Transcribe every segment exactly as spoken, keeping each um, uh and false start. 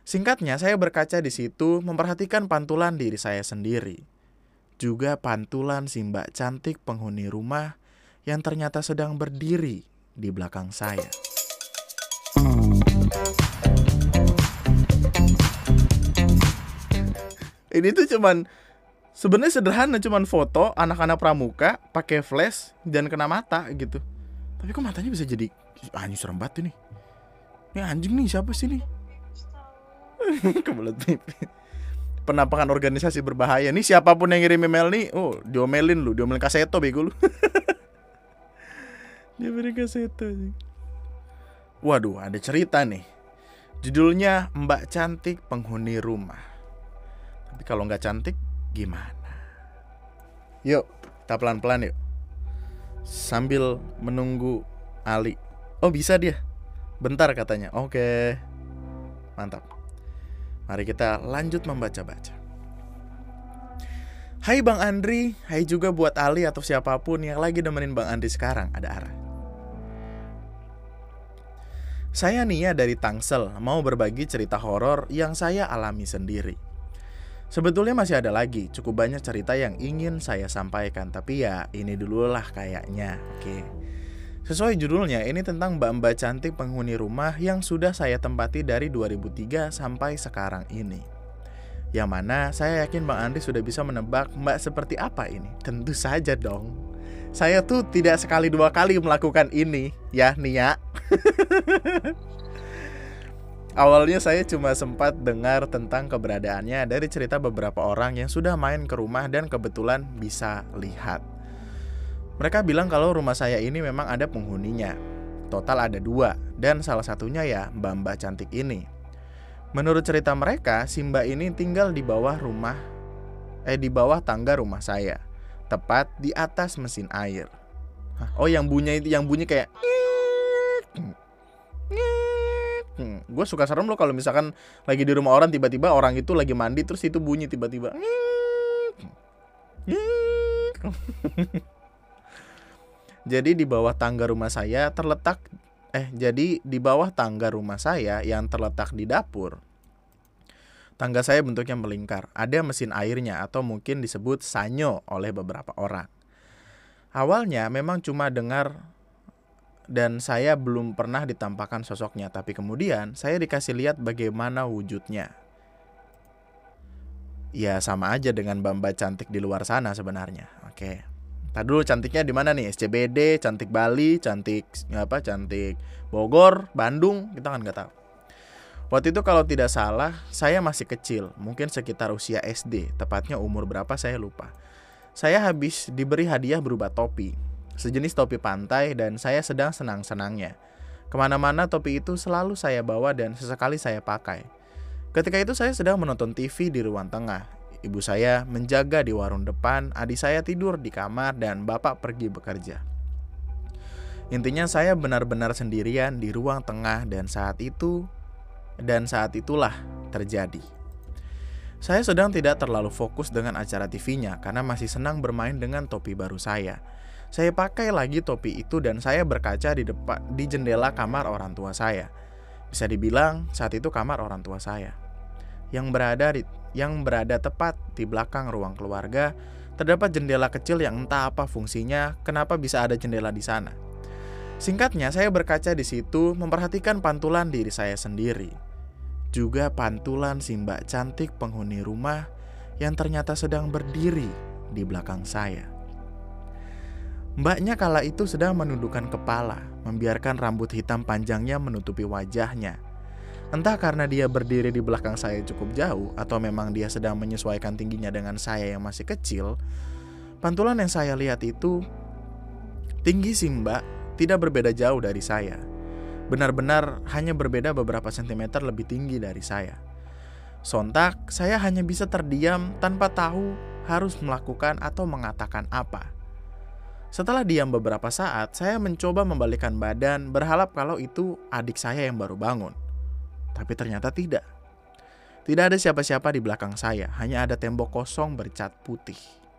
Singkatnya, saya berkaca di situ memperhatikan pantulan diri saya sendiri. Juga pantulan si mbak cantik penghuni rumah yang ternyata sedang berdiri di belakang saya. Ini tuh cuman sebenarnya sederhana, cuman foto anak-anak pramuka pakai flash dan kena mata gitu. Tapi kok matanya bisa jadi anjing, serem banget ini. Ini anjing nih, siapa sih nih? Kebelet pipi. Penampakan organisasi berbahaya. Nih siapapun yang ngirim email nih, oh diomelin lu, diomelin kaseto bego lu. Dia beri kaseto sih. Waduh, ada cerita nih. Judulnya Mbak Cantik Penghuni Rumah. Tapi kalau nggak cantik gimana? Yuk, kita pelan-pelan yuk. Sambil menunggu Ali. Oh bisa dia. Bentar katanya. Oke. Mantap. Mari kita lanjut membaca-baca. Hai Bang Andri, hai juga buat Ali atau siapapun yang lagi nemenin Bang Andri sekarang, ada arah. Saya Nia dari Tangsel, mau berbagi cerita horor yang saya alami sendiri. Sebetulnya masih ada lagi, cukup banyak cerita yang ingin saya sampaikan, tapi ya ini dulu lah kayaknya. Oke. Sesuai judulnya, ini tentang mbak-mbak cantik penghuni rumah yang sudah saya tempati dari dua ribu tiga sampai sekarang ini. Yang mana saya yakin Bang Andri sudah bisa menebak mbak seperti apa ini. Tentu saja dong. Saya tuh tidak sekali dua kali melakukan ini, ya Nia. Awalnya saya cuma sempat dengar tentang keberadaannya dari cerita beberapa orang yang sudah main ke rumah dan kebetulan bisa lihat. Mereka bilang kalau rumah saya ini memang ada penghuninya. Total ada dua, dan salah satunya ya mbak-mbak cantik ini. Menurut cerita mereka, si mbak ini tinggal di bawah rumah, eh di bawah tangga rumah saya, tepat di atas mesin air. Oh yang bunyi itu, yang bunyi kayak Hmm, gue suka serem loh kalau misalkan lagi di rumah orang tiba-tiba orang itu lagi mandi terus itu bunyi tiba-tiba. Jadi di bawah tangga rumah saya terletak eh jadi di bawah tangga rumah saya yang terletak di dapur. Tangga saya bentuknya melingkar. Ada mesin airnya atau mungkin disebut sanyo oleh beberapa orang. Awalnya memang cuma dengar dan saya belum pernah ditampakkan sosoknya, tapi kemudian saya dikasih lihat bagaimana wujudnya. Ya sama aja dengan mbak-mbak cantik di luar sana sebenarnya. Oke. Tadi dulu cantiknya di mana nih? S C B D, cantik Bali, cantik apa? Cantik Bogor, Bandung, kita kan nggak tahu. Waktu itu kalau tidak salah, saya masih kecil, mungkin sekitar usia S D, tepatnya umur berapa saya lupa. Saya habis diberi hadiah berupa topi. Sejenis topi pantai dan saya sedang senang-senangnya. Kemana-mana topi itu selalu saya bawa dan sesekali saya pakai. Ketika itu saya sedang menonton T V di ruang tengah. Ibu saya menjaga di warung depan, adik saya tidur di kamar dan bapak pergi bekerja. Intinya saya benar-benar sendirian di ruang tengah dan saat itu dan saat itulah terjadi. Saya sedang tidak terlalu fokus dengan acara T V-nya karena masih senang bermain dengan topi baru saya. Saya pakai lagi topi itu dan saya berkaca di depan di jendela kamar orang tua saya. Bisa dibilang saat itu kamar orang tua saya. Yang berada di, yang berada tepat di belakang ruang keluarga, terdapat jendela kecil yang entah apa fungsinya, kenapa bisa ada jendela di sana. Singkatnya, saya berkaca di situ memperhatikan pantulan diri saya sendiri. Juga pantulan si mbak cantik penghuni rumah yang ternyata sedang berdiri di belakang saya. Mbaknya kala itu sedang menundukkan kepala, membiarkan rambut hitam panjangnya menutupi wajahnya. Entah karena dia berdiri di belakang saya cukup jauh atau memang dia sedang menyesuaikan tingginya dengan saya yang masih kecil, pantulan yang saya lihat itu tinggi si mbak tidak berbeda jauh dari saya. Benar-benar hanya berbeda beberapa sentimeter lebih tinggi dari saya. Sontak, saya hanya bisa terdiam tanpa tahu harus melakukan atau mengatakan apa. Setelah diam beberapa saat, saya mencoba membalikkan badan, berharap kalau itu adik saya yang baru bangun. Tapi ternyata tidak. Tidak ada siapa-siapa di belakang saya, hanya ada tembok kosong bercat putih.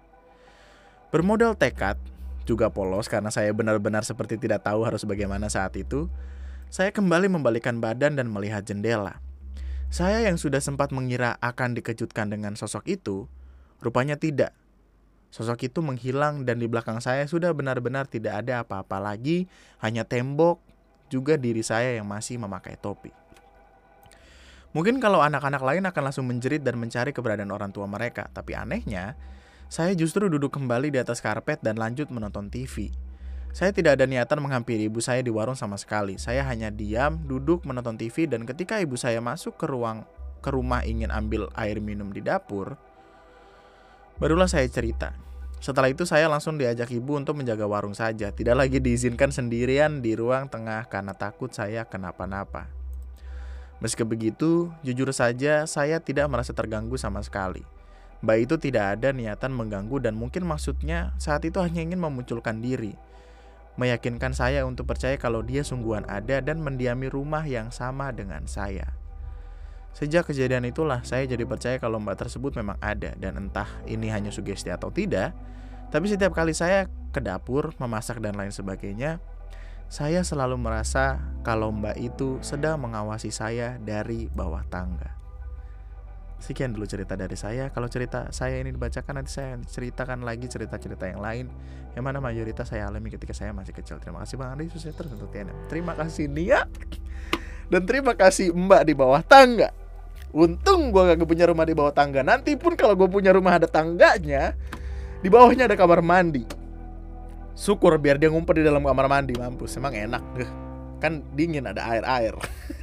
Bermodal tekad, juga polos karena saya benar-benar seperti tidak tahu harus bagaimana saat itu, saya kembali membalikkan badan dan melihat jendela. Saya yang sudah sempat mengira akan dikejutkan dengan sosok itu, rupanya tidak. Sosok itu menghilang dan di belakang saya sudah benar-benar tidak ada apa-apa lagi, hanya tembok, juga diri saya yang masih memakai topi. Mungkin kalau anak-anak lain akan langsung menjerit dan mencari keberadaan orang tua mereka, tapi anehnya, saya justru duduk kembali di atas karpet dan lanjut menonton T V. Saya tidak ada niatan menghampiri ibu saya di warung sama sekali. Saya hanya diam, duduk menonton T V, dan ketika ibu saya masuk ke ruang ke rumah ingin ambil air minum di dapur, barulah saya cerita. Setelah itu saya langsung diajak ibu untuk menjaga warung saja. Tidak lagi diizinkan sendirian di ruang tengah karena takut saya kenapa-napa. Meski begitu, jujur saja saya tidak merasa terganggu sama sekali. Mbak itu tidak ada niatan mengganggu dan mungkin maksudnya saat itu hanya ingin memunculkan diri. Meyakinkan saya untuk percaya kalau dia sungguhan ada dan mendiami rumah yang sama dengan saya. Sejak kejadian itulah saya jadi percaya kalau mbak tersebut memang ada. Dan entah ini hanya sugesti atau tidak, tapi setiap kali saya ke dapur, memasak dan lain sebagainya, saya selalu merasa kalau mbak itu sedang mengawasi saya dari bawah tangga. Sekian dulu cerita dari saya. Kalau cerita saya ini dibacakan, nanti saya ceritakan lagi cerita-cerita yang lain yang mana mayoritas saya alami ketika saya masih kecil. Terima kasih Bang Andri, sukses terus untuk T N M. Terima kasih Nia. Dan terima kasih Mbak di bawah tangga. Untung gue gak punya rumah di bawah tangga. Nanti pun kalau gue punya rumah ada tangganya, di bawahnya ada kamar mandi. Syukur biar dia ngumpet di dalam kamar mandi. Mampus, emang enak. Kan dingin, ada air-air.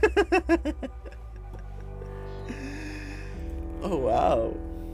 Oh wow.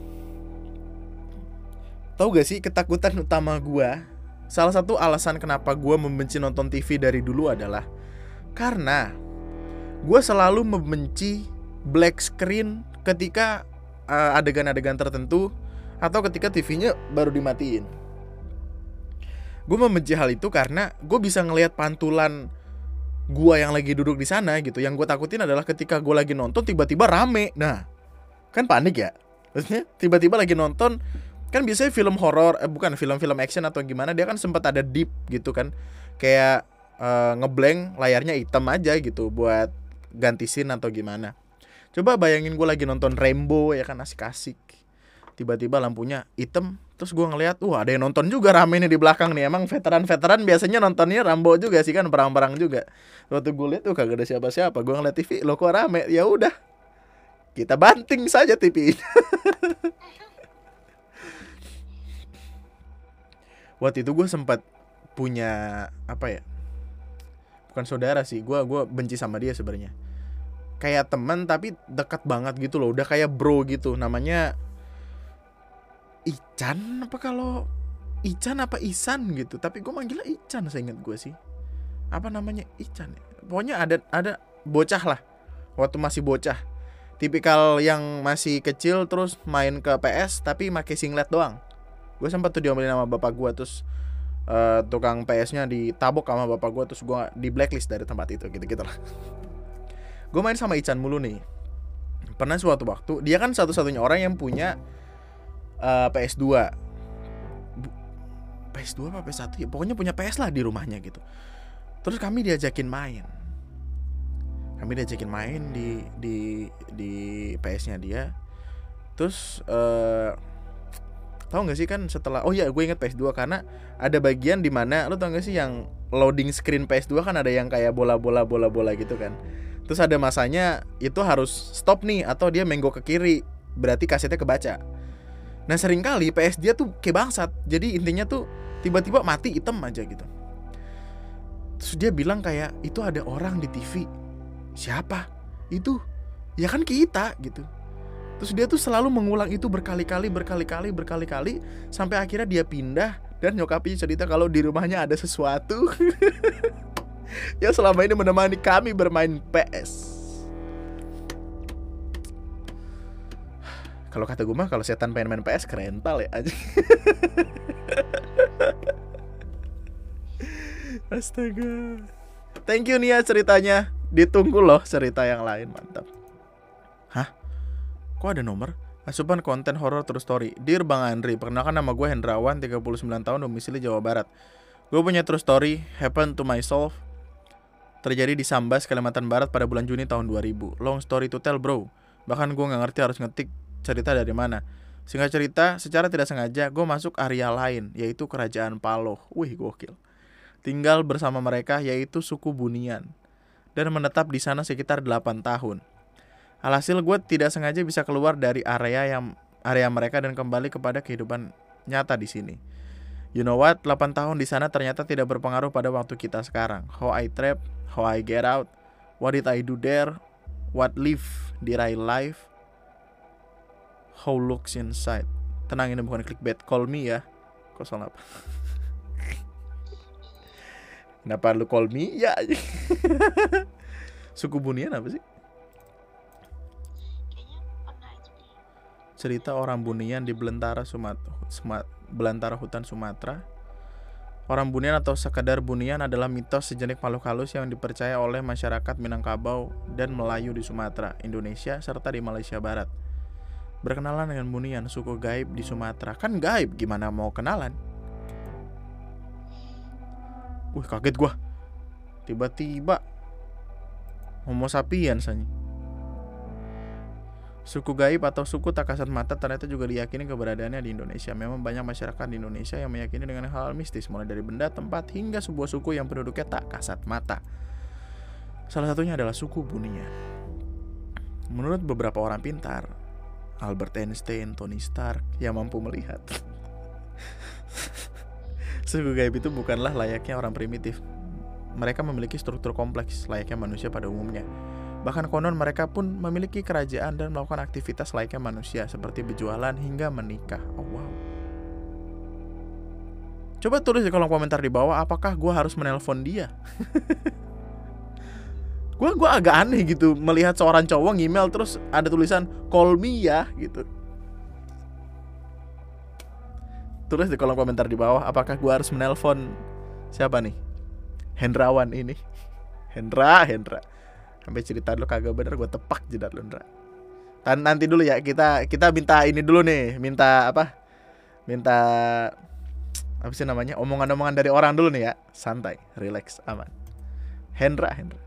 Tahu gak sih ketakutan utama gue? Salah satu alasan kenapa gue membenci nonton T V dari dulu adalah karena gue selalu membenci black screen ketika uh, adegan-adegan tertentu atau ketika T V-nya baru dimatiin. Gue membenci hal itu karena gue bisa ngelihat pantulan gue yang lagi duduk di sana gitu. Yang gue takutin adalah ketika gue lagi nonton tiba-tiba rame. Nah, kan panik ya. Maksudnya tiba-tiba lagi nonton, kan biasanya film horor, eh bukan film-film action atau gimana, dia kan sempat ada deep gitu kan. Kayak uh, ngeblank, layarnya hitam aja gitu buat ganti scene atau gimana. Coba bayangin gue lagi nonton Rambo ya kan, asik-asik. Tiba-tiba lampunya hitam, terus gue ngeliat, wah ada yang nonton juga rame nih di belakang nih. Emang veteran-veteran biasanya nontonnya Rambo juga sih kan, perang-perang juga. Waktu gue liat tuh kagak ada siapa-siapa, gue ngeliat T V, lo kok rame? Ya udah, kita banting saja T V. Waktu itu gue sempat punya apa ya? Bukan saudara sih, gue gue benci sama dia sebenarnya. Kayak teman tapi dekat banget gitu loh, udah kayak bro gitu. Namanya Ican apa kalau Ican apa Isan gitu. Tapi gue manggilnya Ican, saya ingat gue sih. Apa namanya Ican ya? Pokoknya ada ada bocah lah. Waktu masih bocah. Tipikal yang masih kecil terus main ke P S tapi pakai singlet doang. Gue sempat tuh diomelin sama bapak gue, terus uh, tukang P S-nya ditabok sama bapak gue, terus gue di blacklist dari tempat itu gitu-gitu lah. Gue main sama Ican mulu nih. Pernah suatu waktu, dia kan satu-satunya orang yang punya uh, P S dua. P S dua apa P S satu ya? Pokoknya punya P S lah di rumahnya gitu. Terus kami diajakin main. Kami diajakin main di di di P S-nya dia. Terus uh, tahu nggak sih kan setelah, oh ya gue inget P S dua karena ada bagian di mana lo tau nggak sih yang loading screen P S dua kan ada yang kayak bola-bola bola-bola gitu kan. Terus ada masanya itu harus stop nih atau dia menggok ke kiri, berarti kasetnya kebaca. Nah seringkali P S dia tuh kayak bangsat. Jadi intinya tuh tiba-tiba mati hitam aja gitu. Terus dia bilang kayak itu ada orang di T V. Siapa? Itu ya kan kita gitu. Terus dia tuh selalu mengulang itu berkali-kali, berkali-kali, berkali-kali sampai akhirnya dia pindah dan nyokapnya cerita kalau di rumahnya ada sesuatu yang selama ini menemani kami bermain P S. Kalau kata gue mah kalau setan pengen main P S kerental ya aja. Astaga. Thank you Nia ceritanya. Ditunggu loh cerita yang lain, mantap. Hah? Kok ada nomor? Asupan konten horor true story. Dear Bang Andri, perkenalkan nama gue Hendrawan, tiga puluh sembilan tahun, domisili Jawa Barat. Gue punya true story, happen to myself. Terjadi di Sambas, Kalimantan Barat pada bulan Juni tahun dua ribu. Long story to tell bro. Bahkan gue nggak ngerti harus ngetik cerita dari mana. Singkat cerita, secara tidak sengaja gue masuk area lain, yaitu kerajaan Paloh. Wih, gokil. Tinggal bersama mereka, yaitu suku Bunian, dan menetap di sana sekitar delapan tahun. Alhasil gue tidak sengaja bisa keluar dari area yang area mereka dan kembali kepada kehidupan nyata di sini. You know what? delapan tahun di sana ternyata tidak berpengaruh pada waktu kita sekarang. How I trap, how I get out, what did I do there, what live did I live, how looks inside. Tenang, ini bukan clickbait, call me ya. Kok salah apa? Kenapa lu call me? Ya. Suku Bunian apa sih? Cerita orang Bunian di belantara Sumatera, Sumat, belantara hutan Sumatera. Orang Bunian atau sekadar Bunian adalah mitos sejenis makhluk halus yang dipercaya oleh masyarakat Minangkabau dan Melayu di Sumatera, Indonesia, serta di Malaysia Barat. Berkenalan dengan Bunian, suku gaib di Sumatera. Kan gaib, gimana mau kenalan? Wih, kaget gua. Tiba-tiba Homo sapiens anjing. Suku gaib atau suku tak kasat mata ternyata juga diyakini keberadaannya di Indonesia. Memang banyak masyarakat di Indonesia yang meyakini dengan hal mistis, mulai dari benda, tempat, hingga sebuah suku yang penduduknya tak kasat mata. Salah satunya adalah suku Bunian. Menurut beberapa orang pintar, Albert Einstein, Tony Stark, yang mampu melihat, suku gaib itu bukanlah layaknya orang primitif. Mereka memiliki struktur kompleks layaknya manusia pada umumnya. Bahkan konon mereka pun memiliki kerajaan dan melakukan aktivitas layaknya manusia, seperti berjualan hingga menikah. Oh wow. Coba tulis di kolom komentar di bawah, apakah gue harus menelpon dia? Gue gue agak aneh gitu melihat seorang cowok ngemail terus ada tulisan call me ya gitu. Tulis di kolom komentar di bawah, apakah gue harus menelpon siapa nih? Hendrawan ini. Hendra, Hendra. Sampai cerita lu kagak bener, gue tepak jidat lu, Ndra. Nanti dulu ya, kita kita minta ini dulu nih, minta apa? Minta apa sih namanya? Omongan-omongan dari orang dulu nih ya. Santai, relax, aman. Hendra, Hendra.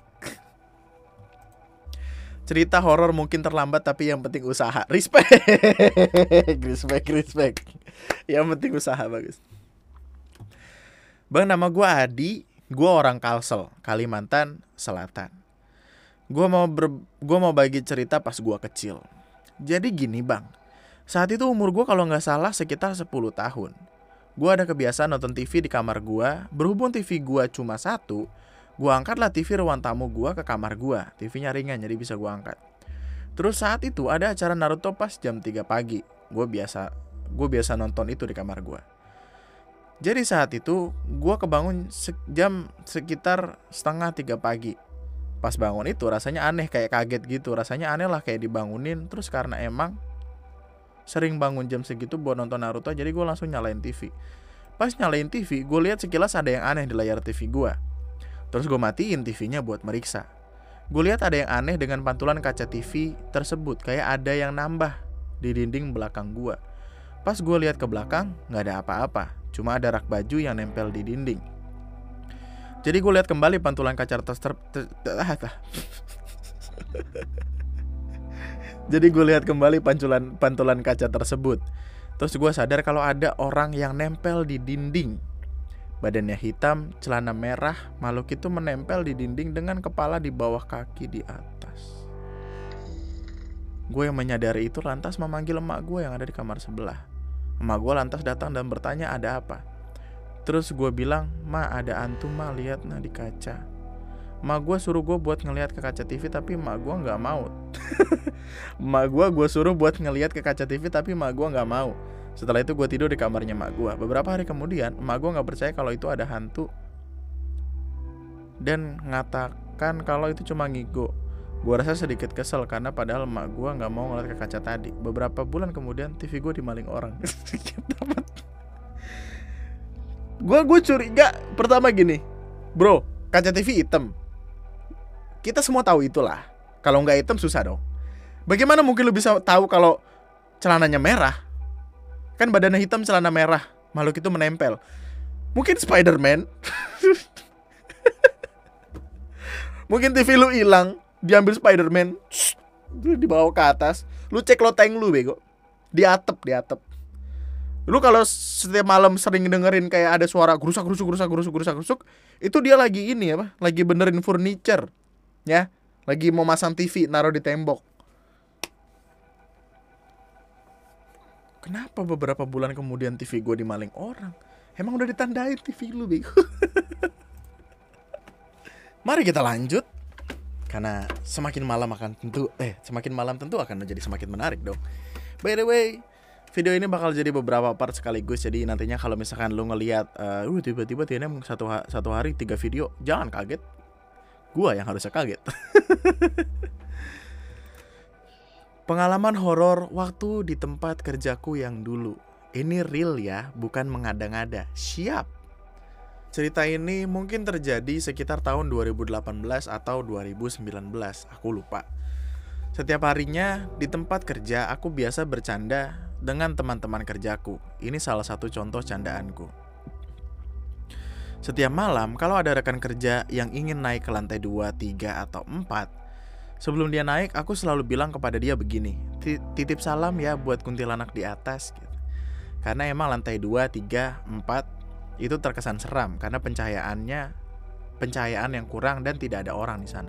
Cerita horor mungkin terlambat tapi yang penting usaha. Respect. Respect, respect. Yang penting usaha, bagus. Bang, nama gue Adi, gue orang Kalsel, Kalimantan Selatan. Gue mau ber, gue mau bagi cerita pas gue kecil. Jadi gini bang, saat itu umur gue kalau nggak salah sekitar sepuluh tahun. Gue ada kebiasaan nonton T V di kamar gue. Berhubung T V gue cuma satu, gue angkatlah T V ruang tamu gue ke kamar gue. T V-nya ringan jadi bisa gue angkat. Terus saat itu ada acara Naruto pas jam tiga pagi. Gue biasa gue biasa nonton itu di kamar gue. Jadi saat itu gue kebangun se- jam sekitar setengah tiga pagi. Pas bangun itu rasanya aneh, kayak kaget gitu. Rasanya aneh lah, kayak dibangunin. Terus karena emang sering bangun jam segitu buat nonton Naruto, jadi gue langsung nyalain T V. Pas nyalain T V, gue lihat sekilas ada yang aneh di layar T V gue. Terus gue matiin T V-nya buat meriksa. Gue lihat ada yang aneh dengan pantulan kaca T V tersebut. Kayak ada yang nambah di dinding belakang gue. Pas gue lihat ke belakang, gak ada apa-apa. Cuma ada rak baju yang nempel di dinding. Jadi gue lihat kembali pantulan kaca tersebut. Jadi gue lihat kembali pantulan pantulan kaca tersebut. Terus gue sadar kalau ada orang yang nempel di dinding. Badannya hitam, celana merah, makhluk itu menempel di dinding dengan kepala di bawah kaki di atas. Gue yang menyadari itu lantas memanggil emak gue yang ada di kamar sebelah. Emak gue lantas datang dan bertanya ada apa. Terus gue bilang, ma ada hantu ma, lihat nah di kaca. Ma gue suruh gue buat ngelihat ke kaca T V tapi ma gue nggak mau. Ma gue gue suruh buat ngelihat ke kaca T V tapi ma gue nggak mau. Setelah itu gue tidur di kamarnya ma gue. Beberapa hari kemudian, ma gue nggak percaya kalau itu ada hantu dan ngatakan kalau itu cuma ngigo. Gue rasa sedikit kesel karena padahal ma gue nggak mau ngeliat ke kaca tadi. Beberapa bulan kemudian T V gue dimaling orang. Gue gue curiga pertama gini, bro, kaca T V hitam. Kita semua tahu itulah. Kalau nggak hitam susah dong. Bagaimana mungkin lu bisa tahu kalau celananya merah? Kan badannya hitam, celana merah, makhluk itu menempel. Mungkin Spider-Man. Mungkin T V lu hilang, diambil Spider-Man. Lu dibawa ke atas, lu cek loteng lu bego. Di atap, di atap. Lu kalau setiap malam sering dengerin kayak ada suara gerusak gerusuk gerusak gerusuk gerusak gerusuk, itu dia lagi ini apa? Lagi benerin furniture. Ya, lagi mau masang T V naruh di tembok. Kenapa beberapa bulan kemudian T V gue dimaling orang? Emang udah ditandain T V lu bego. Mari kita lanjut. Karena semakin malam akan tentu eh semakin malam tentu akan menjadi semakin menarik dong. By the way, video ini bakal jadi beberapa part sekaligus. Jadi nantinya kalau misalkan lu ngelihat uh, uh tiba-tiba T N M satu, ha- satu hari tiga video, jangan kaget. Gua yang harusnya kaget. Pengalaman horor waktu di tempat kerjaku yang dulu. Ini real ya, bukan mengada-ngada. Siap. Cerita ini mungkin terjadi sekitar tahun dua ribu delapan belas atau dua ribu sembilan belas, aku lupa. Setiap harinya di tempat kerja aku biasa bercanda dengan teman-teman kerjaku. Ini salah satu contoh candaanku. Setiap malam kalau ada rekan kerja yang ingin naik ke lantai dua, tiga, atau empat, sebelum dia naik aku selalu bilang kepada dia begini, titip salam ya buat kuntilanak di atas gitu. Karena emang lantai dua, tiga, empat itu terkesan seram karena pencahayaannya pencahayaan yang kurang dan tidak ada orang di sana.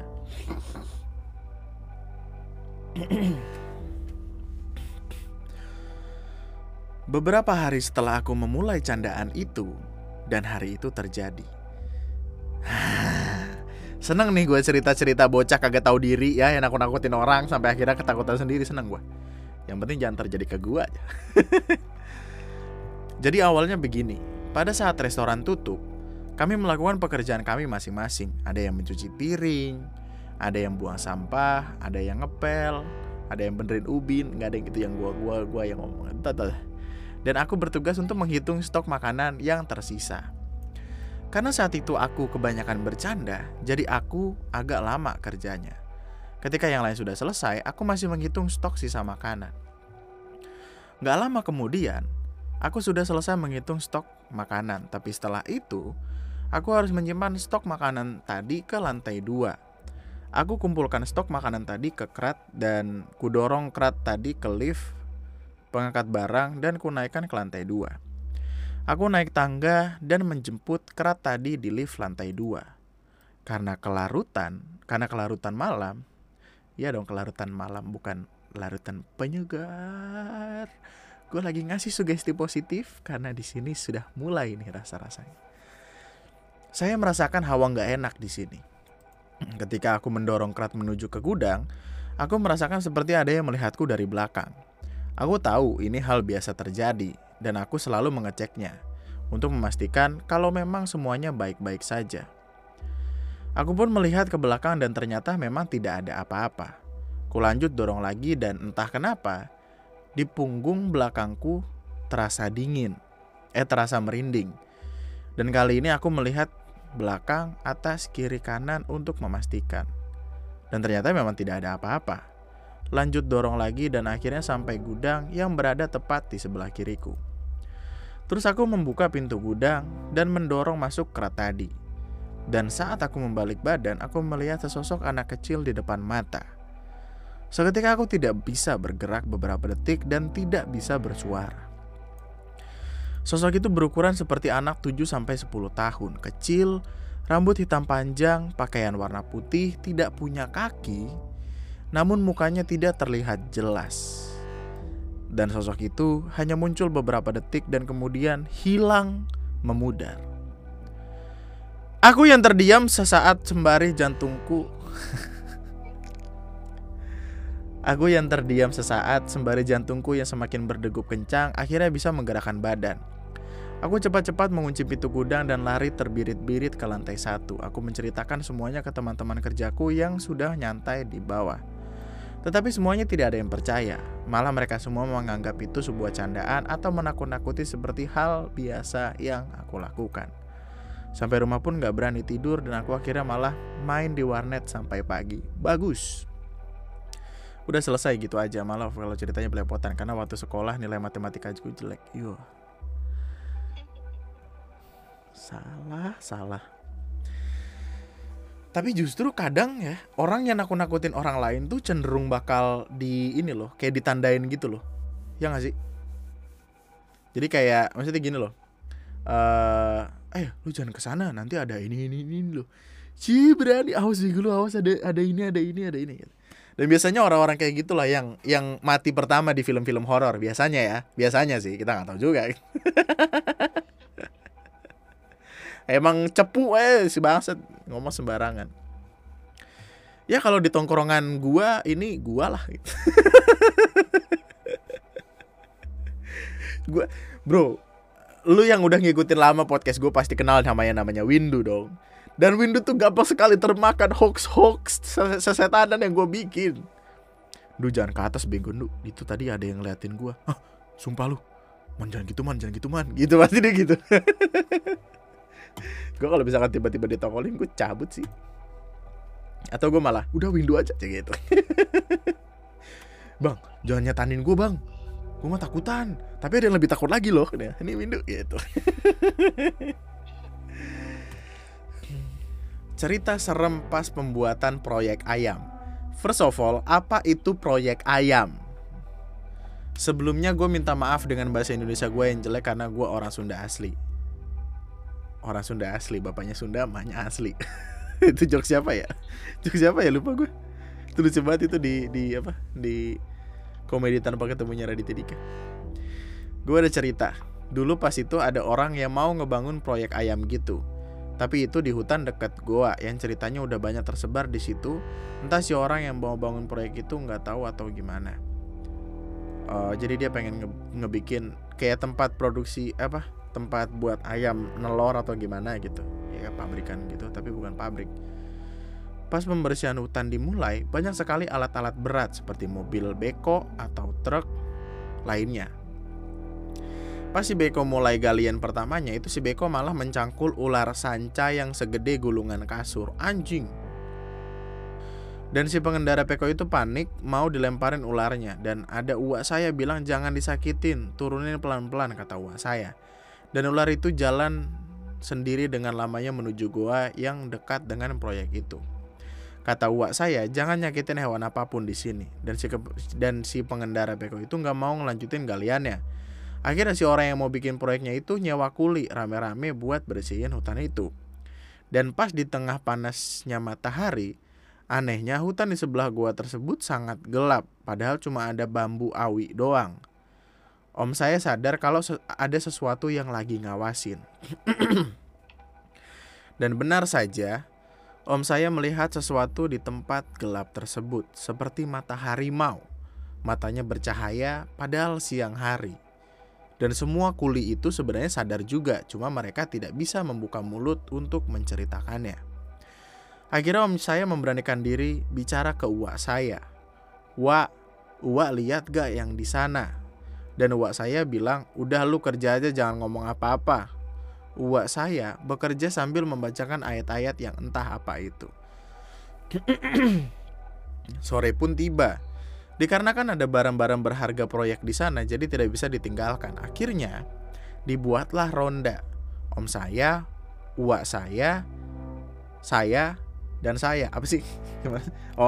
Beberapa hari setelah aku memulai candaan itu dan hari itu terjadi. Seneng nih gue cerita-cerita bocah kagak tahu diri ya, yang nakut-nakutin orang sampai akhirnya ketakutan sendiri, seneng gue. Yang penting jangan terjadi ke gue aja. Jadi awalnya begini. Pada saat restoran tutup, kami melakukan pekerjaan kami masing-masing. Ada yang mencuci piring, ada yang buang sampah, ada yang ngepel, ada yang benerin ubin, nggak ada yang gitu yang gua gua gua yang ngomong. Dan aku bertugas untuk menghitung stok makanan yang tersisa. Karena saat itu aku kebanyakan bercanda, jadi aku agak lama kerjanya. Ketika yang lain sudah selesai, aku masih menghitung stok sisa makanan. Nggak lama kemudian, aku sudah selesai menghitung stok makanan, tapi setelah itu, aku harus menyimpan stok makanan tadi ke lantai dua. Aku kumpulkan stok makanan tadi ke krat dan kudorong krat tadi ke lift pengangkat barang dan kunaikkan ke lantai dua. Aku naik tangga dan menjemput krat tadi di lift lantai dua. Karena kelarutan, karena kelarutan malam, ya dong kelarutan malam bukan larutan penyegar. Gue lagi ngasih sugesti positif karena di sini sudah mulai nih rasa-rasanya. Saya merasakan hawa nggak enak di sini. Ketika aku mendorong krat menuju ke gudang, aku merasakan seperti ada yang melihatku dari belakang. Aku tahu ini hal biasa terjadi dan aku selalu mengeceknya untuk memastikan kalau memang semuanya baik-baik saja. Aku pun melihat ke belakang dan ternyata memang tidak ada apa-apa. Ku lanjut dorong lagi dan entah kenapa di punggung belakangku terasa dingin, eh terasa merinding. Dan kali ini aku melihat belakang, atas, kiri, kanan untuk memastikan. Dan ternyata memang tidak ada apa-apa. Lanjut dorong lagi dan akhirnya sampai gudang yang berada tepat di sebelah kiriku. Terus aku membuka pintu gudang dan mendorong masuk krat tadi. Dan saat aku membalik badan, aku melihat sesosok anak kecil di depan mata. Seketika aku tidak bisa bergerak beberapa detik dan tidak bisa bersuara. Sosok itu berukuran seperti anak tujuh sampai sepuluh tahun, kecil, rambut hitam panjang, pakaian warna putih, tidak punya kaki, namun mukanya tidak terlihat jelas. Dan sosok itu hanya muncul beberapa detik dan kemudian hilang memudar. Aku yang terdiam sesaat sembari jantungku Aku yang terdiam sesaat sembari jantungku yang semakin berdegup kencang akhirnya bisa menggerakkan badan. Aku cepat-cepat mengunci pintu gudang dan lari terbirit-birit ke lantai satu. Aku menceritakan semuanya ke teman-teman kerjaku yang sudah nyantai di bawah. Tetapi semuanya tidak ada yang percaya. Malah mereka semua menganggap itu sebuah candaan atau menakut-nakuti seperti hal biasa yang aku lakukan. Sampai rumah pun gak berani tidur dan aku akhirnya malah main di warnet sampai pagi. Bagus. Udah selesai gitu aja, malah kalau ceritanya belepotan karena waktu sekolah nilai matematika gue jelek. Yo. Salah, salah. Tapi justru kadang ya, orang yang nakut-nakutin orang lain tuh cenderung bakal di ini loh, kayak ditandain gitu loh. Ya gak sih? Jadi kayak maksudnya gini loh. Eh, eh lu jangan kesana, nanti ada ini ini ini loh. Cih berani, awas sih lu, awas ada ada ini ada ini ada ini. Dan biasanya orang-orang kayak gitulah yang yang mati pertama di film-film horor biasanya ya, biasanya sih, kita nggak tahu juga. Emang cepu eh si bangsat ngomong sembarangan. Ya kalau di tongkrongan gua ini gua lah gitu. Gua bro, lu yang udah ngikutin lama podcast gue pasti kenal namanya namanya Windu dong. Dan Windu tuh gampang sekali termakan hoax-hoax sesetanan yang gue bikin. Duh jangan ke atas bego du, itu tadi ada yang ngeliatin gue. Hah, sumpah lu, man jangan gitu man, jangan gitu man. Gitu pasti dia gitu. Gue kalau misalkan tiba-tiba ditokolin gue cabut sih. Atau gue malah udah Windu aja gitu. Bang jangan nyetanin gue bang, gue mah takutan. Tapi ada yang lebih takut lagi loh. Ini Windu gitu. Cerita serem pas pembuatan proyek ayam. First of all, apa itu proyek ayam? Sebelumnya gue minta maaf dengan bahasa Indonesia gue yang jelek karena gue orang Sunda asli. Orang Sunda asli, bapaknya Sunda, emaknya asli. Itu jokes siapa ya? Jokes siapa ya, lupa gue. Itu lucu banget itu di di apa? Di Komedi Tanpa Ketemunya Raditya Dika. Gue ada cerita. Dulu pas itu ada orang yang mau ngebangun proyek ayam gitu. Tapi itu di hutan dekat goa yang ceritanya udah banyak tersebar di situ. Entah si orang yang mau bangun proyek itu nggak tahu atau gimana. Uh, jadi dia pengen nge ngebikin kayak tempat produksi apa? Tempat buat ayam nelor atau gimana gitu. Ya pabrikan gitu, tapi bukan pabrik. Pas pembersihan hutan dimulai, banyak sekali alat-alat berat seperti mobil beko atau truk lainnya. Pas si beko mulai galian pertamanya, itu si beko malah mencangkul ular sanca yang segede gulungan kasur. Anjing. Dan si pengendara beko itu panik mau dilemparin ularnya. Dan ada uak saya bilang jangan disakitin, turunin pelan-pelan kata uak saya. Dan ular itu jalan sendiri dengan lamanya menuju goa yang dekat dengan proyek itu. Kata uak saya, jangan nyakitin hewan apapun di sini. Dan si dan si pengendara beko itu nggak mau ngelanjutin galiannya. Akhirnya si orang yang mau bikin proyeknya itu nyewa kuli rame-rame buat bersihin hutan itu. Dan pas di tengah panasnya matahari, anehnya hutan di sebelah goa tersebut sangat gelap, padahal cuma ada bambu awi doang. Om saya sadar kalau ada sesuatu yang lagi ngawasin. Dan benar saja, om saya melihat sesuatu di tempat gelap tersebut, seperti mata harimau. Matanya bercahaya padahal siang hari. Dan semua kuli itu sebenarnya sadar juga, cuma mereka tidak bisa membuka mulut untuk menceritakannya. Akhirnya om saya memberanikan diri bicara ke uak saya. Wak, uak lihat gak yang di sana? Dan uak saya bilang, udah lu kerja aja jangan ngomong apa-apa. Uak saya bekerja sambil membacakan ayat-ayat yang entah apa itu. Sore pun tiba. Dikarenakan ada barang-barang berharga proyek di sana, jadi tidak bisa ditinggalkan. Akhirnya dibuatlah ronda. Om saya, uak saya, saya, dan saya. Apa sih? Oh.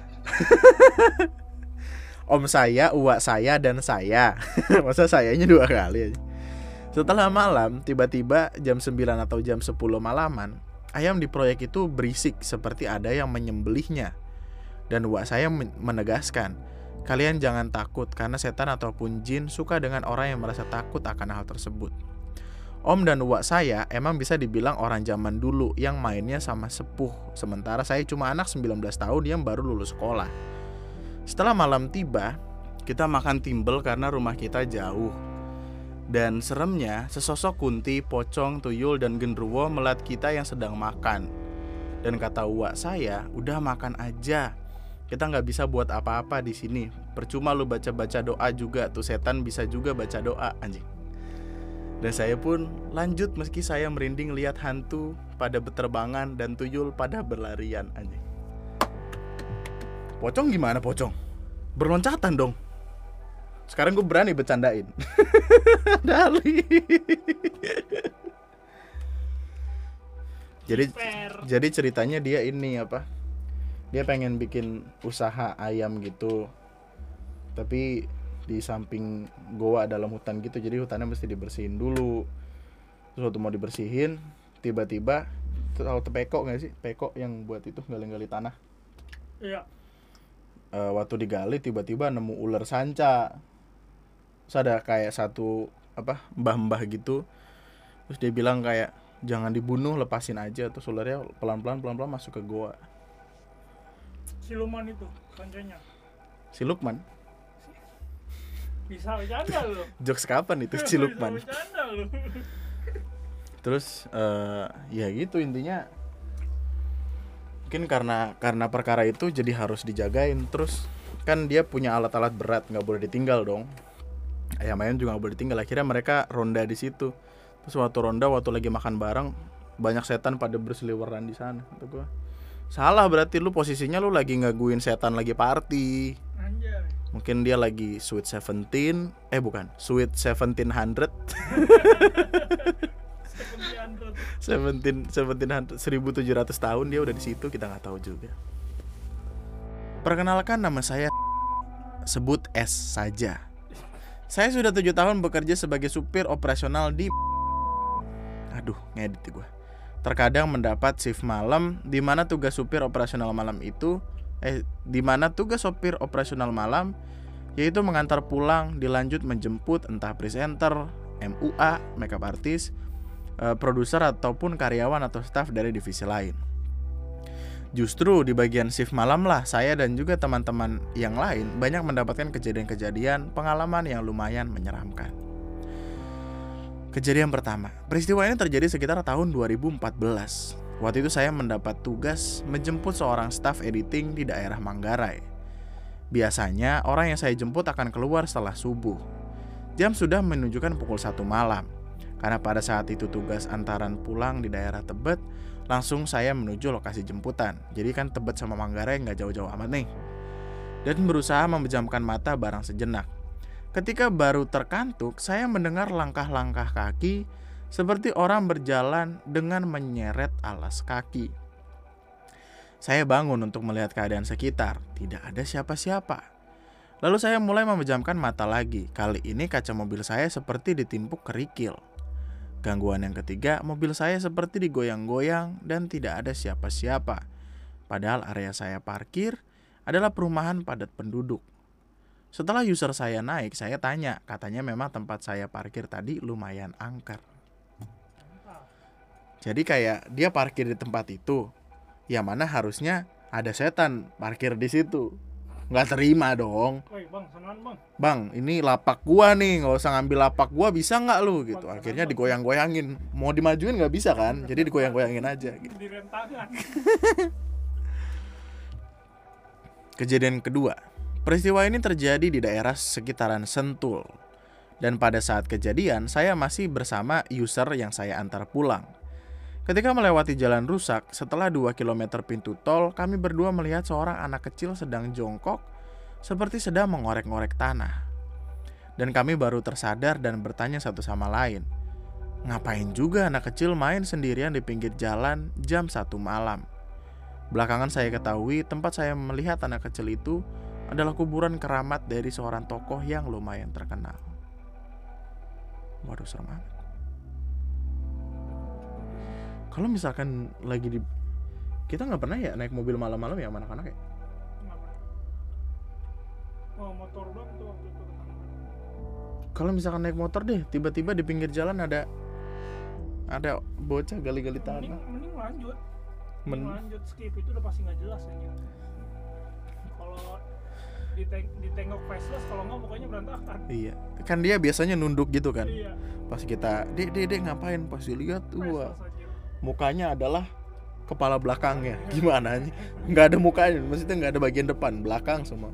Om saya, uak saya, dan saya. Masa sayanya dua kali aja. Setelah malam, tiba-tiba jam sembilan atau jam sepuluh malaman, ayam di proyek itu berisik seperti ada yang menyembelihnya. Dan uak saya menegaskan, kalian jangan takut karena setan ataupun jin suka dengan orang yang merasa takut akan hal tersebut. Om dan uak saya emang bisa dibilang orang zaman dulu yang mainnya sama sepuh. Sementara saya cuma anak sembilan belas tahun yang baru lulus sekolah. Setelah malam tiba, kita makan timbel karena rumah kita jauh. Dan seremnya, sesosok kunti, pocong, tuyul, dan genderuwo melihat kita yang sedang makan. Dan kata uak saya, udah makan aja. Kita nggak bisa buat apa-apa di sini. Percuma lu baca-baca doa juga, tuh setan bisa juga baca doa, anjing. Dan saya pun lanjut meski saya merinding lihat hantu pada berterbangan dan tuyul pada berlarian, anjing. Pocong gimana pocong? Berloncatan dong. Sekarang gue berani bercandain. Dali. Jadi jadi ceritanya dia ini apa? Dia pengen bikin usaha ayam gitu. Tapi di samping goa dalam hutan gitu, jadi hutannya mesti dibersihin dulu. Terus waktu mau dibersihin, tiba-tiba tahu tepeko nggak sih? Peko yang buat itu gali-gali tanah. Iya. E, waktu digali tiba-tiba nemu ular sanca. Terus ada kayak satu apa mbah-mbah gitu. Terus dia bilang kayak jangan dibunuh, lepasin aja. Terus ularnya pelan-pelan pelan-pelan masuk ke goa. Siluman itu sancanya. Si Lukman. Bisa bercanda lu. Jokes kapan itu si Lukman? Bisa bercanda lu. Terus uh, ya gitu intinya. Mungkin karena karena perkara itu jadi harus dijagain. Terus kan dia punya alat-alat berat, nggak boleh ditinggal dong. Ayam-ayam juga nggak boleh ditinggal. Akhirnya mereka ronda di situ. Terus waktu ronda, waktu lagi makan bareng, banyak setan pada berseliweran di sana. Kata gua, salah berarti lu posisinya lu lagi nggaguin setan lagi party. Anjay. Mungkin dia lagi Sweet Seventeen, eh bukan, Sweet Seventeen Hundred. Seventeen Seventeen Hundred, seribu tujuh ratus tahun dia udah di situ, kita nggak tahu juga. Perkenalkan, nama saya, sebut S saja. Saya sudah tujuh tahun bekerja sebagai supir operasional di, aduh ngedit gue. Terkadang mendapat shift malam, di mana tugas supir operasional malam itu Eh, di mana tugas sopir operasional malam yaitu mengantar pulang, dilanjut menjemput entah presenter, M U A, makeup artist, eh, produser ataupun karyawan atau staf dari divisi lain. Justru di bagian shift malam lah saya dan juga teman-teman yang lain banyak mendapatkan kejadian-kejadian pengalaman yang lumayan menyeramkan. Kejadian pertama, peristiwa ini terjadi sekitar tahun dua ribu empat belas. Waktu itu saya mendapat tugas menjemput seorang staf editing di daerah Manggarai. Biasanya orang yang saya jemput akan keluar setelah subuh. Jam sudah menunjukkan pukul satu malam. Karena pada saat itu tugas antaran pulang di daerah Tebet, langsung saya menuju lokasi jemputan. Jadi kan Tebet sama Manggarai nggak jauh-jauh amat nih. Dan berusaha memejamkan mata barang sejenak. Ketika baru terkantuk, saya mendengar langkah-langkah kaki seperti orang berjalan dengan menyeret alas kaki. Saya bangun untuk melihat keadaan sekitar. Tidak ada siapa-siapa. Lalu saya mulai memejamkan mata lagi. Kali ini kaca mobil saya seperti ditimpuk kerikil. Gangguan yang ketiga, mobil saya seperti digoyang-goyang dan tidak ada siapa-siapa. Padahal area saya parkir adalah perumahan padat penduduk. Setelah user saya naik, saya tanya. Katanya memang tempat saya parkir tadi lumayan angker. Jadi kayak dia parkir di tempat itu, yang mana harusnya ada setan parkir di situ. Nggak terima dong. Woi bang, sanaan bang. Bang, ini lapak gua nih, nggak usah ngambil lapak gua, bisa nggak lu gitu. Akhirnya digoyang-goyangin, mau dimajuin nggak bisa kan, jadi digoyang-goyangin aja. Gitu. Direm tangan. Kejadian kedua, peristiwa ini terjadi di daerah sekitaran Sentul. Dan pada saat kejadian, saya masih bersama user yang saya antar pulang. Ketika melewati jalan rusak, setelah dua kilometer pintu tol, kami berdua melihat seorang anak kecil sedang jongkok, seperti sedang mengorek-ngorek tanah. Dan kami baru tersadar dan bertanya satu sama lain, ngapain juga anak kecil main sendirian di pinggir jalan jam satu malam? Belakangan saya ketahui tempat saya melihat anak kecil itu adalah kuburan keramat dari seorang tokoh yang lumayan terkenal. Waduh, serem amat. Kalau misalkan lagi di, kita nggak pernah ya naik mobil malam-malam ya sama anak-anak ya? Kenapa? Oh, motor doang tuh waktu itu. Kalau misalkan naik motor deh, tiba-tiba di pinggir jalan ada ada bocah gali-gali tanah. Mending, mending lanjut. Men- Mending lanjut skip, itu udah pasti nggak jelas aja. Kalau diteng- ditengok faceless, kalau nggak mukanya berantakan. Iya, kan dia biasanya nunduk gitu kan. Iya. Pas kita, dek dek dek ngapain? Pas dilihat, wah, Faceless aja. mukanya adalah kepala belakangnya. Gimana nih? Nggak ada mukanya, maksudnya nggak ada bagian depan, belakang semua.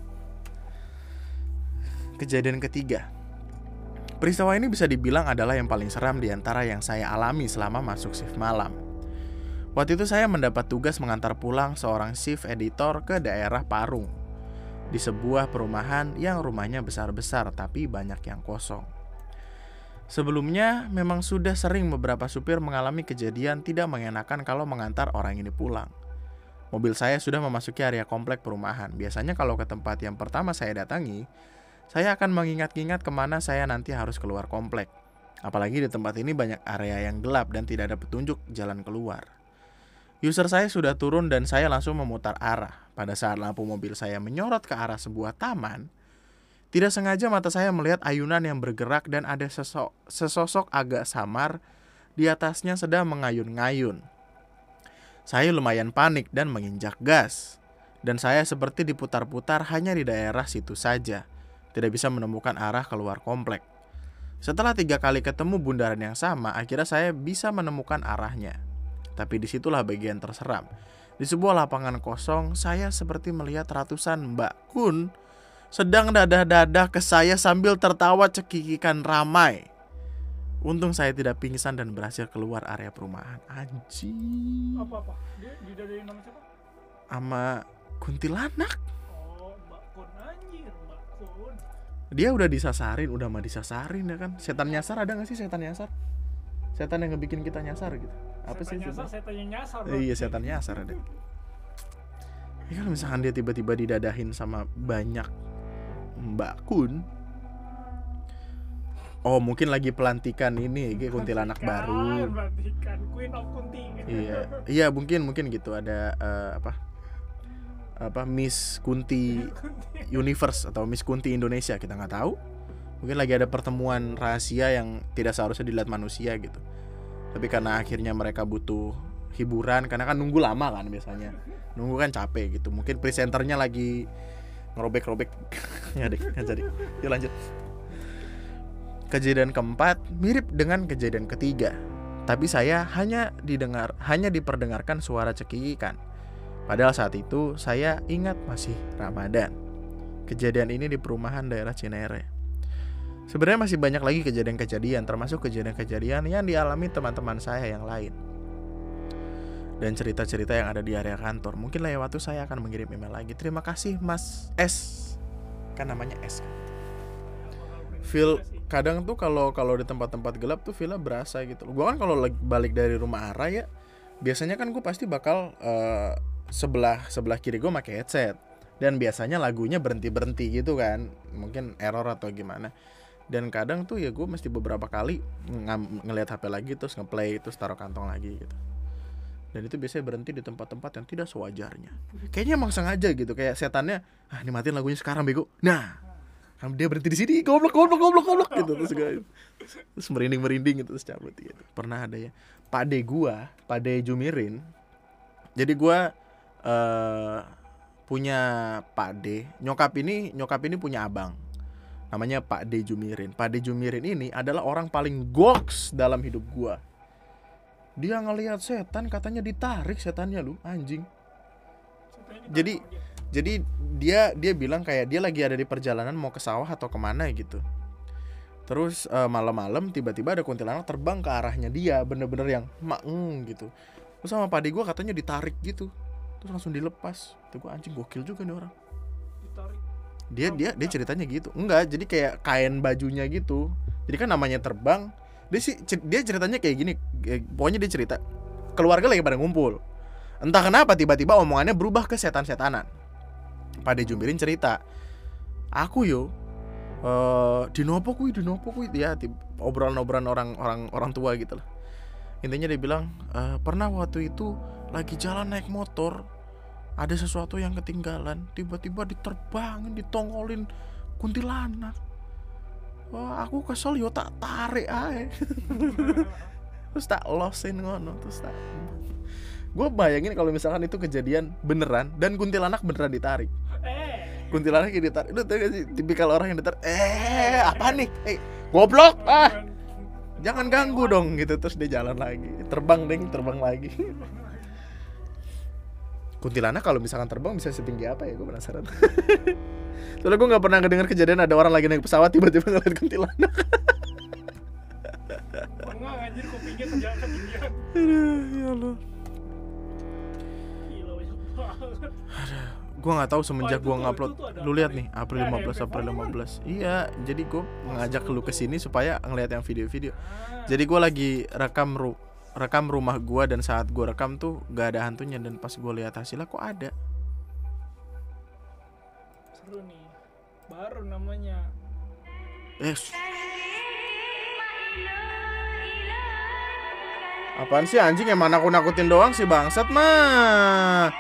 Kejadian ketiga, peristiwa ini bisa dibilang adalah yang paling seram di antara yang saya alami selama masuk shift malam. Waktu itu saya mendapat tugas mengantar pulang seorang shift editor ke daerah Parung, di sebuah perumahan yang rumahnya besar-besar tapi banyak yang kosong. Sebelumnya memang sudah sering beberapa supir mengalami kejadian tidak mengenakan kalau mengantar orang ini pulang. Mobil saya sudah memasuki area komplek perumahan. Biasanya kalau ke tempat yang pertama saya datangi, saya akan mengingat-ingat kemana saya nanti harus keluar komplek. Apalagi di tempat ini banyak area yang gelap dan tidak ada petunjuk jalan keluar. User saya sudah turun dan saya langsung memutar arah. Pada saat lampu mobil saya menyorot ke arah sebuah taman, tidak sengaja mata saya melihat ayunan yang bergerak dan ada sesosok, sesosok agak samar di atasnya sedang mengayun-ngayun. Saya lumayan panik dan menginjak gas. Dan saya seperti diputar-putar hanya di daerah situ saja. Tidak bisa menemukan arah keluar komplek. Setelah tiga kali ketemu bundaran yang sama, akhirnya saya bisa menemukan arahnya. Tapi disitulah bagian terseram. Di sebuah lapangan kosong, saya seperti melihat ratusan Mbak Kun sedang dadah-dadah ke saya sambil tertawa cekikikan ramai. Untung saya tidak pingsan dan berhasil keluar area perumahan. Anjing. Apa-apa? Dia didadain nama siapa? Sama kuntilanak. Oh, Mbak Kun, anjir, Mbak Kun. Dia udah disasarin, udah mah disasarin ya kan. Setan nyasar ada gak sih setan nyasar? Setan yang ngebikin kita nyasar gitu. Apa Setan sih nyasar, setan? setan yang nyasar, bro. Eh, iya setan nyasar ada. Ya kalau misalkan dia tiba-tiba didadahin sama banyak Mbak Kun. Oh mungkin lagi pelantikan ini kayak kuntilanak baru. Pelantikan Queen of Kunti. Iya, iya mungkin mungkin gitu ada uh, apa? Apa Miss Kunti Universe atau Miss Kunti Indonesia, kita nggak tahu. Mungkin lagi ada pertemuan rahasia yang tidak seharusnya dilihat manusia gitu. Tapi karena akhirnya mereka butuh hiburan, karena kan nunggu lama kan biasanya. Nunggu kan capek gitu. Mungkin presenternya lagi ngerobek-robek. Ya deh, nggak jadi. Yuk lanjut. Kejadian keempat mirip dengan kejadian ketiga. Tapi saya hanya didengar, hanya diperdengarkan suara cekikikan. Padahal saat itu saya ingat masih Ramadan. Kejadian ini di perumahan daerah Cinere. Sebenarnya masih banyak lagi kejadian-kejadian, termasuk kejadian-kejadian yang dialami teman-teman saya yang lain. Dan cerita-cerita yang ada di area kantor. Mungkin lain waktu saya akan mengirim email lagi. Terima kasih Mas S. Kan namanya S kan. Feel kadang tuh kalau kalau di tempat-tempat gelap tuh feelnya berasa gitu. Gue kan kalau balik dari rumah Ara ya, biasanya kan gue pasti bakal uh, sebelah sebelah kiri gue pakai headset. Dan biasanya lagunya berhenti-berhenti gitu kan. Mungkin error atau gimana. Dan kadang tuh ya gue mesti beberapa kali ng- ngelihat H P lagi, terus ngeplay, terus taruh kantong lagi gitu. Dan itu biasanya berhenti di tempat-tempat yang tidak sewajarnya. Kayaknya emang sengaja gitu, kayak setannya, ah ini matiin lagunya sekarang bego. Nah, kan dia berhenti di sini, goblok goblok goblok goblok gitu, terus gue terus merinding-merinding gitu, terus cabut gitu. Pernah ada ya, Pak De gua, Pak De Jumirin. Jadi gua uh, punya Pak De, nyokap ini nyokap ini punya abang. Namanya Pak De Jumirin. Pak De Jumirin ini adalah orang paling goks dalam hidup gua. Dia ngelihat setan, katanya ditarik setannya lu, anjing. Jadi jadi dia dia bilang kayak dia lagi ada di perjalanan mau ke sawah atau kemana gitu. Terus uh, malam-malam tiba-tiba ada kuntilanak terbang ke arahnya dia, bener-bener yang maeng gitu. Terus sama Pak De gua katanya ditarik gitu. Terus langsung dilepas. Tuh gua anjing gokil juga nih orang. Ditarik. Dia dia dia ceritanya gitu. Enggak, jadi kayak kain bajunya gitu. Jadi kan namanya terbang. Dia sih dia ceritanya kayak gini. Pokoknya dia cerita keluarga lagi pada ngumpul. Entah kenapa tiba-tiba omongannya berubah ke setan-setanan. Pak De Jumirin cerita, "Aku yo uh, dinopo kuwi, dinopo kuwi." Ya, obrolan-obrolan orang-orang orang tua gitu lah. Intinya dia bilang, e, "Pernah waktu itu lagi jalan naik motor, ada sesuatu yang ketinggalan, tiba-tiba diterbangin, ditongolin kuntilanak. Wah, aku kesel yo tak tarik ae." Terus tak losin ngono, terus tak. Gue bayangin kalau misalkan itu kejadian beneran dan kuntilanak beneran ditarik. Eh. Kuntilanak yang ditarik. Lu tau gak sih tipikal orang yang ditarik? Eh, apa nih? Eh, goblok. Ah. Jangan ganggu dong gitu. Terus dia jalan lagi. Terbang deng, terbang lagi. Kuntilanak kalau misalkan terbang bisa setinggi apa ya? Gue penasaran. Soalnya gue gak pernah ngedenger kejadian ada orang lagi naik pesawat tiba-tiba ngeliat kuntilanak. Enggak, anjir kupingnya terjadi ketinggian. Aduh, ya Allah. Gila banyak banget. Gua nggak tahu semenjak itu gua tuh- ngupload. itu tuh ada Lu lihat apa nih, nih? April Ya, lima belas, ada April efek lima apa? belas. Iya, jadi gua ngajak lu ke sini supaya ngeliat yang video-video. Ah, Jadi gua lagi rekam ru rekam rumah gua, dan saat gua rekam tuh gak ada hantunya, dan pas gua lihat hasilnya kok ada. seru nih. Baru namanya. Eh. sh- Apaan sih anjing, emang nakut-nakutin doang sih bangsat mah.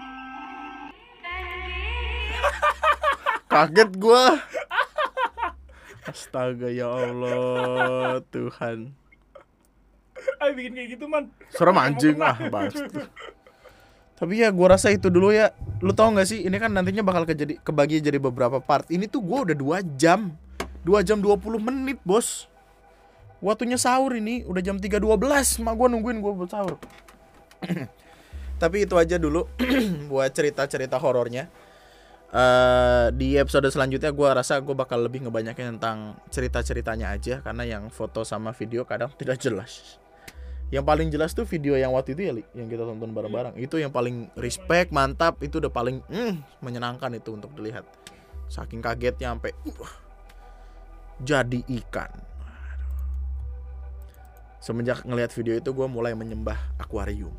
Kaget gua. Astaga ya Allah, Tuhan. Ayo bikin kayak gitu, Man. Serem anjing ah, bangsat. Tapi ya gua rasa itu dulu ya. Lu tau gak sih, ini kan nantinya bakal kejadi, kebagi jadi beberapa part. Ini tuh gua udah dua jam. dua jam dua puluh menit, Bos. Waktunya sahur ini udah jam tiga dua belas. Mak gua nungguin gua buat sahur. Tapi itu aja dulu buat cerita-cerita horornya. Uh, di episode selanjutnya gue rasa gue bakal lebih ngebanyakin tentang cerita-ceritanya aja, karena yang foto sama video kadang tidak jelas. Yang paling jelas tuh video yang waktu itu ya, Li, yang kita tonton bareng-bareng. Itu yang paling respect, mantap, itu udah paling mm, menyenangkan itu untuk dilihat. Saking kagetnya sampai uh, jadi ikan. Semenjak ngelihat video itu gue mulai menyembah akuarium.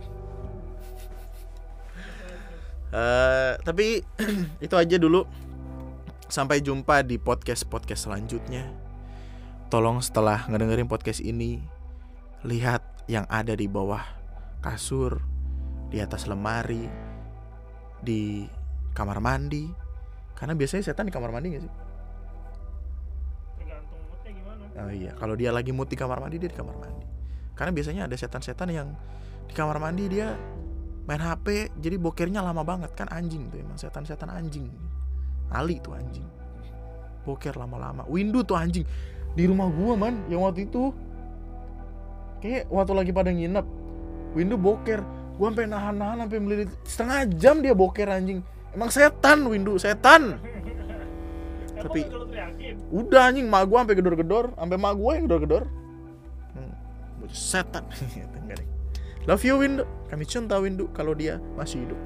Uh, tapi itu aja dulu. Sampai jumpa di podcast-podcast selanjutnya. Tolong setelah ngedengerin podcast ini, lihat yang ada di bawah kasur, di atas lemari, di kamar mandi. Karena biasanya setan di kamar mandi gak sih? Tergantung moodnya gimana. Oh iya, kalau dia lagi mood di kamar mandi, dia di kamar mandi. Karena biasanya ada setan-setan yang di kamar mandi dia main H P, jadi bokernya lama banget. Kan anjing tuh, emang setan-setan anjing. Ali tuh anjing, boker lama-lama. Windu tuh anjing. Di rumah gua man, yang waktu itu kayak waktu lagi pada nginep, Windu boker. Gua sampai nahan-nahan, sampai melilit setengah jam dia boker anjing. Emang setan Windu, setan. Emang Tapi kalau teriakin? udah anjing, mak gua sampai gedor-gedor, sampai mak gua yang gedor-gedor. Hmm, setan. Enggak deh. Love you Windu, kami cinta Windu kalau dia masih hidup.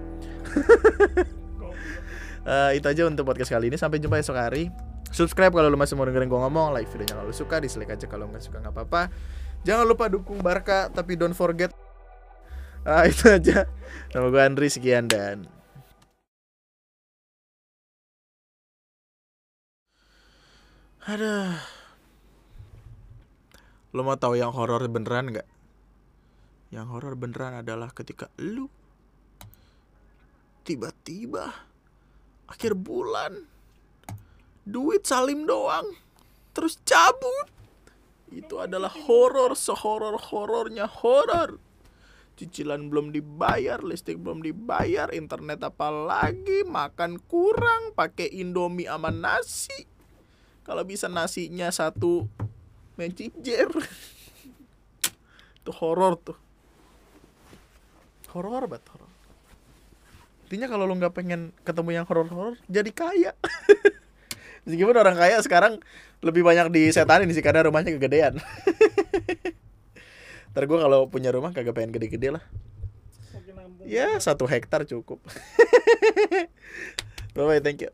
uh, Itu aja untuk podcast kali ini. Sampai jumpa esok hari. Subscribe kalau lu masih mau dengerin gue ngomong. Like videonya kalau lu suka. Dislike aja kalau nggak suka, nggak apa-apa. Jangan lupa dukung Barca, tapi don't forget. uh, Itu aja. Nama gue Andri, sekian dan aduh. Lu mau tahu yang horor beneran nggak? Yang horor beneran adalah ketika lu tiba-tiba akhir bulan duit salim doang terus cabut. Itu adalah horor, sehoror-horornya horor. Cicilan belum dibayar, listrik belum dibayar, internet apalagi, makan kurang, pakai Indomie sama nasi. Kalau bisa nasinya satu magic jar. Itu horor tuh. Horor banget, horor. Intinya kalau lo nggak pengen ketemu yang horor-horor, jadi kaya. Meskipun orang kaya sekarang lebih banyak disetanin sih karena rumahnya kegedean. Ntar gue kalau punya rumah kagak pengen gede-gede lah. Ya satu hektar cukup. Bye bye, thank you.